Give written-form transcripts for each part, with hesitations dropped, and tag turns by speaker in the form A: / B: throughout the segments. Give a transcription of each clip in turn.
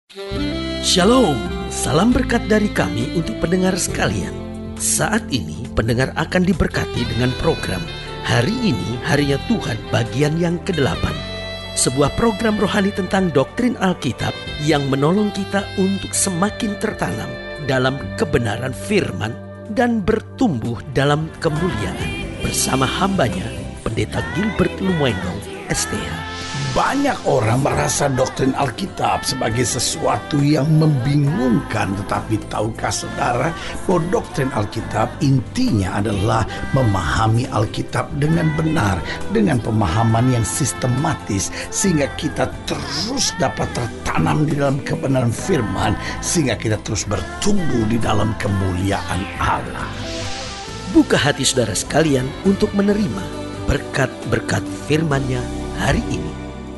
A: Shalom, salam berkat dari kami untuk pendengar sekalian. Saat ini pendengar akan diberkati dengan program Hari Ini Harinya Tuhan bagian yang ke-8. Sebuah program rohani tentang doktrin Alkitab yang menolong kita untuk semakin tertanam dalam kebenaran firman dan bertumbuh dalam kemuliaan. Bersama hambanya, Pendeta Gilbert Lumwendong, STH.
B: Banyak orang merasa doktrin Alkitab sebagai sesuatu yang membingungkan. Tetapi tahukah saudara bahwa doktrin Alkitab intinya adalah memahami Alkitab dengan benar, dengan pemahaman yang sistematis, sehingga kita terus dapat tertanam di dalam kebenaran firman, sehingga kita terus bertumbuh di dalam kemuliaan Allah.
A: Buka hati saudara sekalian untuk menerima berkat-berkat firman-Nya hari ini.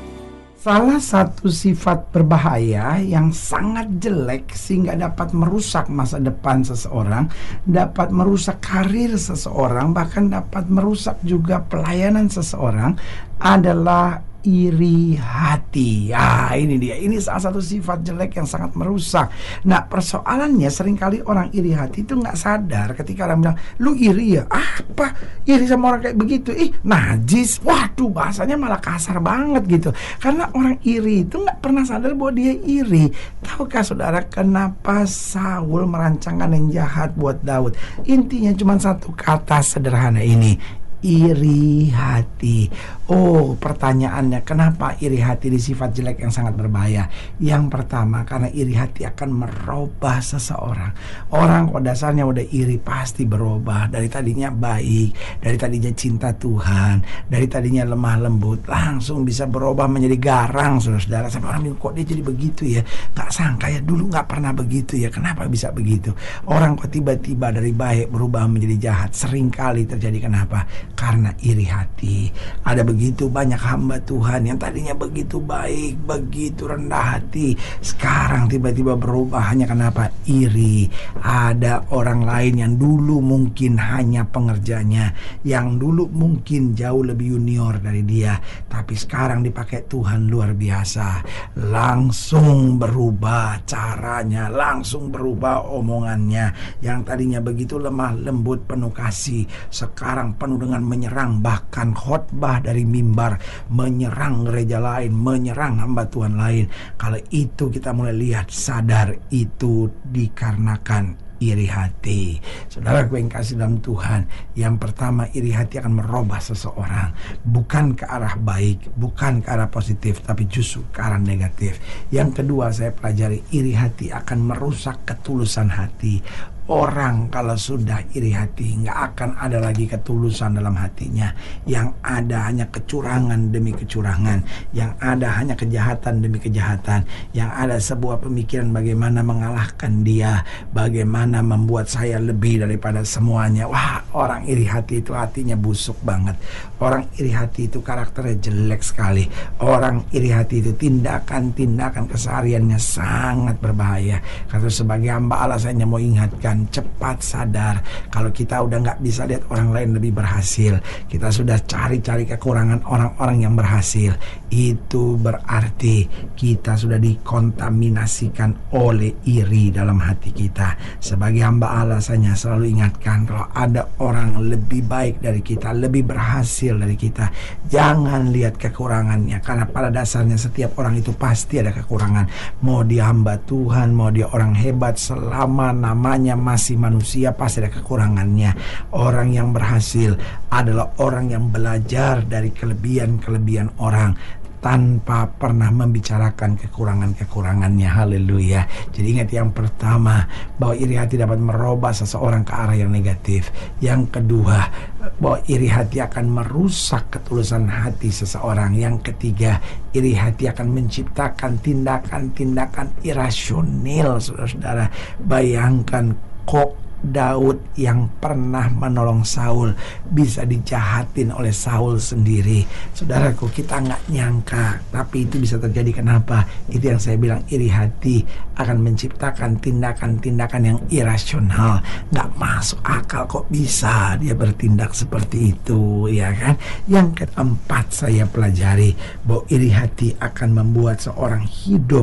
C: Salah satu sifat berbahaya yang sangat jelek sehingga dapat merusak masa depan seseorang, dapat merusak karir seseorang, bahkan dapat merusak juga pelayanan seseorang adalah iri hati. Ini dia. Ini salah satu sifat jelek yang sangat merusak. Nah, persoalannya seringkali orang iri hati itu nggak sadar ketika orang bilang, lu iri ya? Apa? Iri sama orang kayak begitu? Najis. Waduh, bahasanya malah kasar banget gitu. Karena orang iri itu nggak pernah sadar bahwa dia iri. Tahukah saudara kenapa Saul merancangkan yang jahat buat Daud? Intinya cuma satu kata sederhana ini: iri hati. Pertanyaannya, kenapa iri hati di sifat jelek yang sangat berbahaya? Yang pertama, karena iri hati akan merubah seseorang. Orang pada dasarnya udah iri pasti berubah. Dari tadinya baik, dari tadinya cinta Tuhan, dari tadinya lemah lembut, langsung bisa berubah menjadi garang, saudara-saudara. Sampai orang bilang, kok dia jadi begitu ya? Gak sangka ya, dulu gak pernah begitu ya. Kenapa bisa begitu? Orang kok tiba-tiba dari baik berubah menjadi jahat? Seringkali terjadi. Kenapa? Karena iri hati. Ada begitu banyak hamba Tuhan yang tadinya begitu baik, begitu rendah hati, sekarang tiba-tiba berubah. Hanya kenapa? Iri. Ada orang lain yang dulu mungkin hanya pengerjanya, yang dulu mungkin jauh lebih junior dari dia, tapi sekarang dipakai Tuhan luar biasa. Langsung berubah caranya, langsung berubah omongannya. Yang tadinya begitu lemah lembut, penuh kasih, sekarang penuh dengan menyerang, bahkan khotbah dari mimbar, menyerang gereja lain, menyerang hamba Tuhan lain. Kalau itu kita mulai lihat, sadar itu dikarenakan iri hati. Saudara yang kasih dalam Tuhan, yang pertama, iri hati akan merubah seseorang, bukan ke arah baik, bukan ke arah positif, tapi justru ke arah negatif. Yang kedua, saya pelajari, iri hati akan merusak ketulusan hati. Orang kalau sudah iri hati, nggak akan ada lagi ketulusan dalam hatinya. Yang ada hanya kecurangan demi kecurangan, yang ada hanya kejahatan demi kejahatan, yang ada sebuah pemikiran bagaimana mengalahkan dia, bagaimana membuat saya lebih daripada semuanya. Wah, orang iri hati itu hatinya busuk banget. Orang iri hati itu karakternya jelek sekali. Orang iri hati itu tindakan-tindakan kesehariannya sangat berbahaya. Karena sebagai hamba Allah, saya hanya mau ingatkan, cepat sadar kalau kita udah gak bisa lihat orang lain lebih berhasil, kita sudah cari-cari kekurangan orang-orang yang berhasil, itu berarti kita sudah dikontaminasikan oleh iri dalam hati kita. Sebagai hamba Allah, saya selalu ingatkan, kalau ada orang lebih baik dari kita, lebih berhasil dari kita, jangan lihat kekurangannya, karena pada dasarnya setiap orang itu pasti ada kekurangan. Mau dia hamba Tuhan, mau dia orang hebat, selama namanya masih manusia, pasti ada kekurangannya. Orang yang berhasil adalah orang yang belajar dari kelebihan-kelebihan orang tanpa pernah membicarakan kekurangan-kekurangannya. Haleluya. Jadi ingat, yang pertama, bahwa iri hati dapat merubah seseorang ke arah yang negatif. Yang kedua, bahwa iri hati akan merusak ketulusan hati seseorang. Yang ketiga, iri hati akan menciptakan tindakan-tindakan irasional. Saudara-saudara, bayangkan, kok Daud yang pernah menolong Saul bisa dijahatin oleh Saul sendiri. Saudaraku, kita nggak nyangka, tapi itu bisa terjadi. Kenapa? Itu yang saya bilang, iri hati akan menciptakan tindakan-tindakan yang irasional. Nggak masuk akal, kok bisa dia bertindak seperti itu, ya kan? Yang keempat, saya pelajari bahwa iri hati akan membuat seorang hidup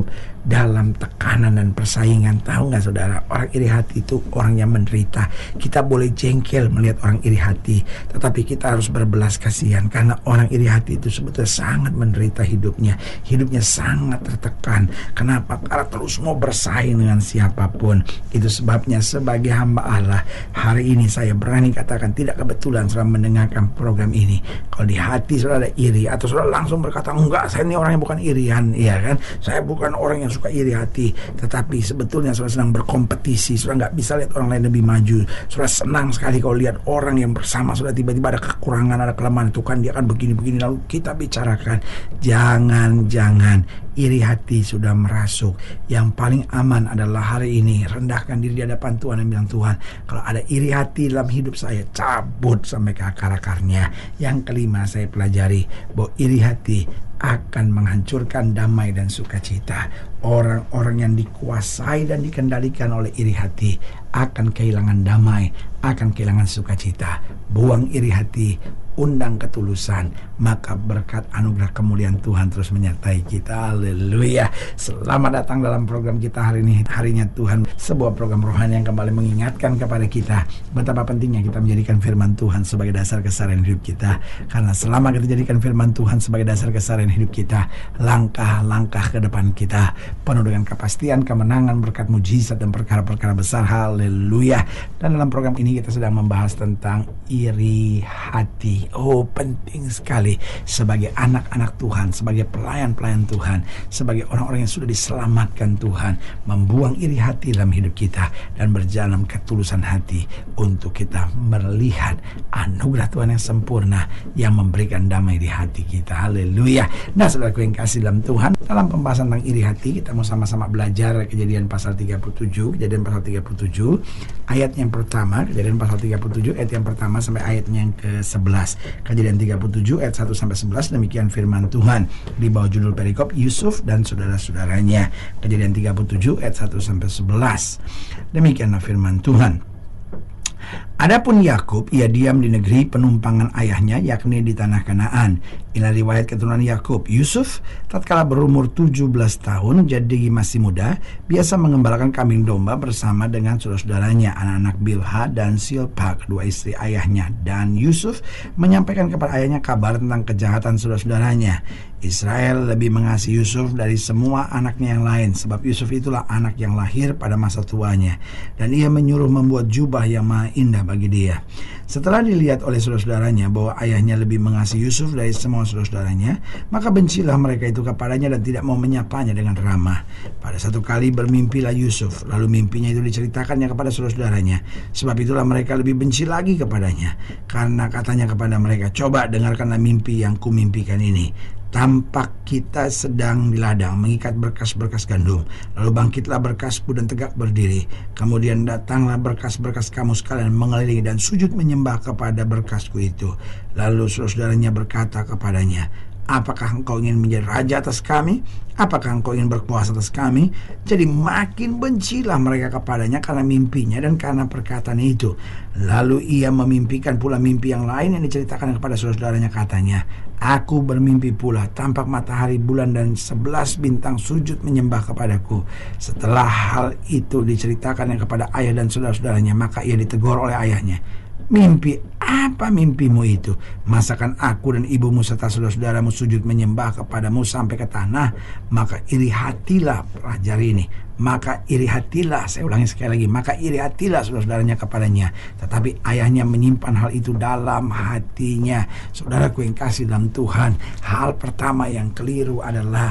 C: dalam tekanan dan persaingan. Tahu nggak saudara, orang iri hati itu orang yang menderita. Kita boleh jengkel melihat orang iri hati, tetapi kita harus berbelas kasihan, karena orang iri hati itu sebetulnya sangat menderita hidupnya sangat tertekan. Kenapa? Karena terus mau bersaing dengan siapapun. Itu sebabnya sebagai hamba Allah, hari ini saya berani katakan, tidak kebetulan saudara mendengarkan program ini. Kalau di hati saudara ada iri, atau saudara langsung berkata, enggak, saya ini orang yang bukan irian, ya kan? Saya bukan orang yang suka iri hati. Tetapi sebetulnya saudara sedang berkompetisi. Saudara nggak bisa lihat orang lain lebih maju. Saudara senang sekali kalau lihat orang yang bersama saudara tiba-tiba ada kekurangan, ada kelemahan, itu kan dia akan begini-begini, lalu kita bicarakan. Jangan iri hati sudah merasuk. Yang paling aman adalah hari ini rendahkan diri di hadapan Tuhan dan bilang, Tuhan, kalau ada iri hati dalam hidup saya, cabut sampai ke akar-akarnya. Yang kelima, saya pelajari bahwa iri hati akan menghancurkan damai dan sukacita. Orang-orang yang dikuasai dan dikendalikan oleh iri hati akan kehilangan damai, akan kehilangan sukacita. Buang iri hati, undang ketulusan, maka berkat anugerah kemuliaan Tuhan terus menyertai kita. Haleluya. Selamat datang dalam program kita hari ini, Harinya Tuhan, sebuah program rohani yang kembali mengingatkan kepada kita betapa pentingnya kita menjadikan firman Tuhan sebagai dasar keseharian hidup kita. Karena selama kita jadikan firman Tuhan sebagai dasar keseharian hidup kita, langkah-langkah ke depan kita penuh dengan kepastian, kemenangan, berkat mujizat dan perkara-perkara besar. Haleluya. Dan dalam program ini kita sedang membahas tentang iri hati. Oh, penting sekali sebagai anak-anak Tuhan, sebagai pelayan-pelayan Tuhan, sebagai orang-orang yang sudah diselamatkan Tuhan, membuang iri hati dalam hidup kita dan berjalan ketulusan hati untuk kita melihat anugerah Tuhan yang sempurna yang memberikan damai di hati kita. Haleluya. Nah, saudaraku yang kasih dalam Tuhan, dalam pembahasan tentang iri hati kita mau sama-sama belajar Kejadian pasal 37, Kejadian pasal 37 ayat yang pertama, Kejadian pasal 37 ayat yang pertama sampai ayatnya yang ke-11. Kejadian 37 ayat 1 sampai 11, demikian firman Tuhan di bawah judul perikop Yusuf dan saudara-saudaranya. Kejadian 37 ayat 1 sampai 11. Demikianlah firman Tuhan. Adapun Yakub, ia diam di negeri penumpangan ayahnya, yakni di tanah Kanaan. Inilah riwayat keturunan Yakub. Yusuf tatkala berumur 17 tahun, jadi masih muda, biasa mengembalakan kambing domba bersama dengan saudara-saudaranya, anak-anak Bilha dan Silpa, kedua istri ayahnya. Dan Yusuf menyampaikan kepada ayahnya kabar tentang kejahatan saudara-saudaranya. Israel lebih mengasihi Yusuf dari semua anaknya yang lain, sebab Yusuf itulah anak yang lahir pada masa tuanya, dan ia menyuruh membuat jubah yang maha indah bagi dia. Setelah dilihat oleh saudara-saudaranya bahwa ayahnya lebih mengasihi Yusuf dari semua saudara-saudaranya, maka bencilah mereka itu kepadanya dan tidak mau menyapanya dengan ramah. Pada satu kali bermimpilah Yusuf, lalu mimpinya itu diceritakannya kepada saudara-saudaranya. Sebab itulah mereka lebih benci lagi kepadanya, karena katanya kepada mereka, coba dengarkanlah mimpi yang kumimpikan ini. Tampak kita sedang di ladang mengikat berkas-berkas gandum. Lalu bangkitlah berkasku dan tegak berdiri. Kemudian datanglah berkas-berkas kamu sekalian mengelilingi dan sujud menyembah kepada berkasku itu. Lalu saudara-saudaranya berkata kepadanya, apakah engkau ingin menjadi raja atas kami? Apakah engkau ingin berkuasa atas kami? Jadi makin bencilah mereka kepadanya karena mimpinya dan karena perkataan itu. Lalu ia memimpikan pula mimpi yang lain yang diceritakan kepada saudara-saudaranya. Katanya, aku bermimpi pula, tampak matahari, bulan dan 11 bintang sujud menyembah kepadaku. Setelah hal itu diceritakan kepada ayah dan saudara-saudaranya, maka ia ditegur oleh ayahnya. Mimpi apa mimpimu itu? Masakan aku dan ibumu serta saudara-saudaramu sujud menyembah kepadamu sampai ke tanah? Maka iri hatilah, pelajari ini, maka iri hatilah, saya ulangi sekali lagi, maka iri hatilah saudara-saudaranya kepadanya. Tetapi ayahnya menyimpan hal itu dalam hatinya. Saudaraku yang kasih dalam Tuhan, hal pertama yang keliru adalah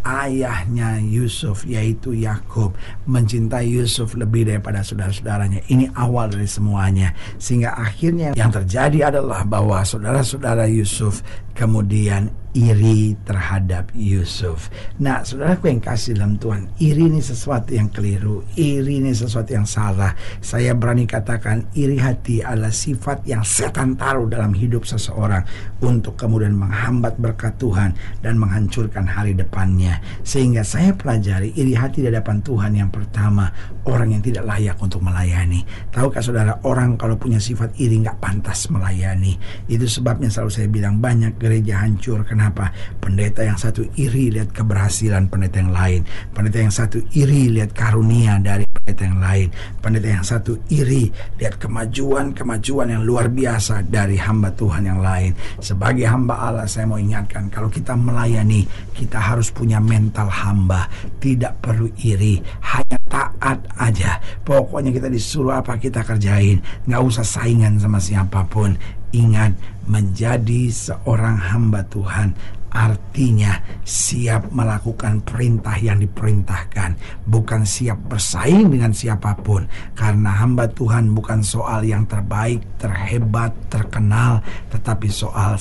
C: ayahnya Yusuf, yaitu Yakub, mencintai Yusuf lebih daripada saudara-saudaranya. Ini awal dari semuanya, sehingga akhirnya yang terjadi adalah bahwa saudara-saudara Yusuf kemudian iri terhadap Yusuf. Nah, saudaraku yang kasih dalam Tuhan, iri ini sesuatu yang keliru, iri ini sesuatu yang salah. Saya berani katakan, iri hati adalah sifat yang setan taruh dalam hidup seseorang untuk kemudian menghambat berkat Tuhan dan menghancurkan hari depannya. Sehingga saya pelajari iri hati di hadapan Tuhan, yang pertama, orang yang tidak layak untuk melayani. Tahukah saudara, orang kalau punya sifat iri nggak pantas melayani. Itu sebabnya selalu saya bilang, banyak gereja hancur karena Kenapa? Pendeta yang satu iri lihat keberhasilan pendeta yang lain. Pendeta yang satu iri lihat karunia dari pendeta yang lain. Pendeta yang satu iri lihat kemajuan yang luar biasa dari hamba Tuhan yang lain. Sebagai hamba Allah, saya mau ingatkan, kalau kita melayani, kita harus punya mental hamba. Tidak perlu iri, hanya taat aja. Pokoknya kita disuruh apa kita kerjain. Nggak usah saingan sama siapapun. Ingat, menjadi seorang hamba Tuhan artinya siap melakukan perintah yang diperintahkan, bukan siap bersaing dengan siapapun. Karena hamba Tuhan bukan soal yang terbaik, terhebat, terkenal, tetapi soal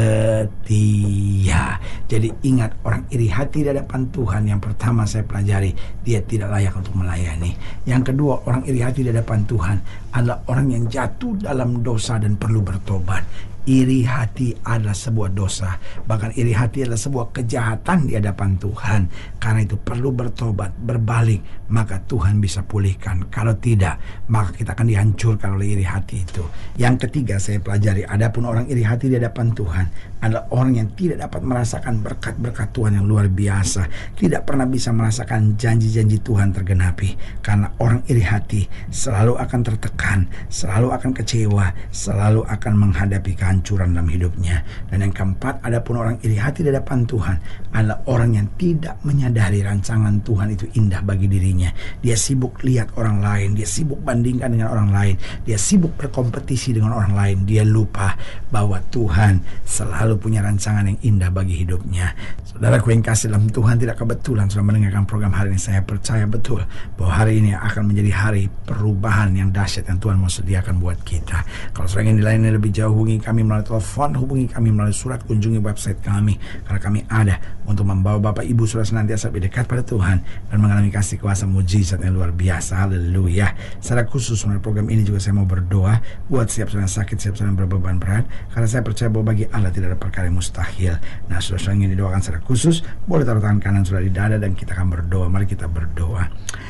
C: setia. Jadi ingat, orang iri hati di hadapan Tuhan, yang pertama saya pelajari, dia tidak layak untuk melayani. Yang kedua, orang iri hati di hadapan Tuhan adalah orang yang jatuh dalam dosa dan perlu bertobat. Iri hati adalah sebuah dosa. Bahkan iri hati adalah sebuah kejahatan di hadapan Tuhan. Karena itu perlu bertobat, berbalik, maka Tuhan bisa pulihkan. Kalau tidak, maka kita akan dihancurkan oleh iri hati itu. Yang ketiga saya pelajari, adapun orang iri hati di hadapan Tuhan adalah orang yang tidak dapat merasakan berkat-berkat Tuhan yang luar biasa. Tidak pernah bisa merasakan janji-janji Tuhan tergenapi. Karena orang iri hati selalu akan tertekan, selalu akan kecewa, selalu akan menghadapi kehancuran dalam hidupnya. Dan yang keempat, adapun orang iri hati di hadapan Tuhan adalah orang yang tidak menyadari rancangan Tuhan itu indah bagi dirinya. Dia sibuk lihat orang lain, dia sibuk bandingkan dengan orang lain, dia sibuk berkompetisi dengan orang lain. Dia lupa bahwa Tuhan selalu punya rancangan yang indah bagi hidupnya. Saudaraku yang kasih dalam Tuhan, tidak kebetulan sudah mendengarkan program hari ini. Saya percaya betul bahwa hari ini akan menjadi hari perubahan yang dahsyat yang Tuhan mau sediakan buat kita. Kalau saudara ingin dilayani lebih jauh, hubungi kami melalui telepon, hubungi kami melalui surat, kunjungi website kami. Karena kami ada untuk membawa Bapak Ibu Saudara senantiasa lebih dekat pada Tuhan dan mengalami kasih kuasa mujizat yang luar biasa. Haleluya. Secara khusus melalui program ini juga saya mau berdoa buat setiap saudara yang sakit, setiap saudara yang berbeban berat. Karena saya percaya bahwa bagi Allah tidak ada perkara yang mustahil. Nah, saudara ingin didoakan secara khusus, boleh taruh tangan kanan saudara di dada dan kita akan berdoa. Mari kita berdoa.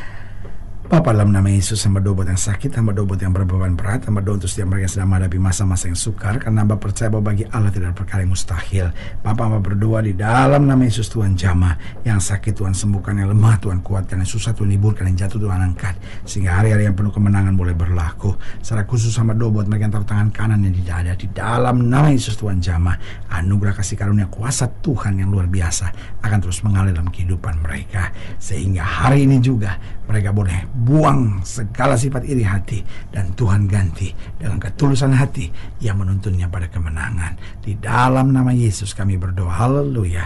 C: Bapa, dalam nama Yesus, hamba doa buat yang sakit, hamba doa buat yang berbeban berat, hamba doa untuk setiap mereka yang sedang menghadapi masa-masa yang sukar, karena hamba percaya bahwa bagi Allah tidak ada perkara yang mustahil. Bapa, hamba berdoa di dalam nama Yesus, Tuhan jamah yang sakit Tuhan sembuhkan, yang lemah Tuhan kuatkan, yang susah Tuhan liburkan, yang jatuh Tuhan angkat, sehingga hari-hari yang penuh kemenangan boleh berlaku. Secara khusus hamba doa buat mereka yang taruh tangan kanan yang di dada, di dalam nama Yesus Tuhan jamah, anugerah kasih karunia kuasa Tuhan yang luar biasa akan terus mengalir dalam kehidupan mereka, sehingga hari ini juga mereka boleh buang segala sifat iri hati dan Tuhan ganti dengan ketulusan hati yang menuntunnya pada kemenangan. Di dalam nama Yesus kami berdoa. Haleluya.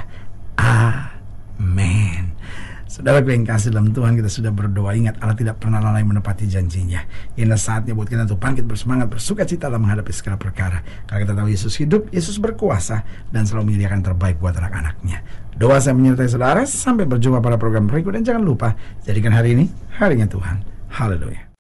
C: Amin. Saudara yang kasih dalam Tuhan, kita sudah berdoa. Ingat, Allah tidak pernah lalai menepati janjinya. Inilah saatnya buat kita untuk bangkit bersemangat, bersuka cita dalam menghadapi segala perkara. Karena kita tahu Yesus hidup, Yesus berkuasa, dan selalu menyediakan terbaik buat anak-anaknya. Doa saya menyertai saudara. Sampai berjumpa pada program berikut. Dan jangan lupa, jadikan hari ini harinya Tuhan. Haleluya.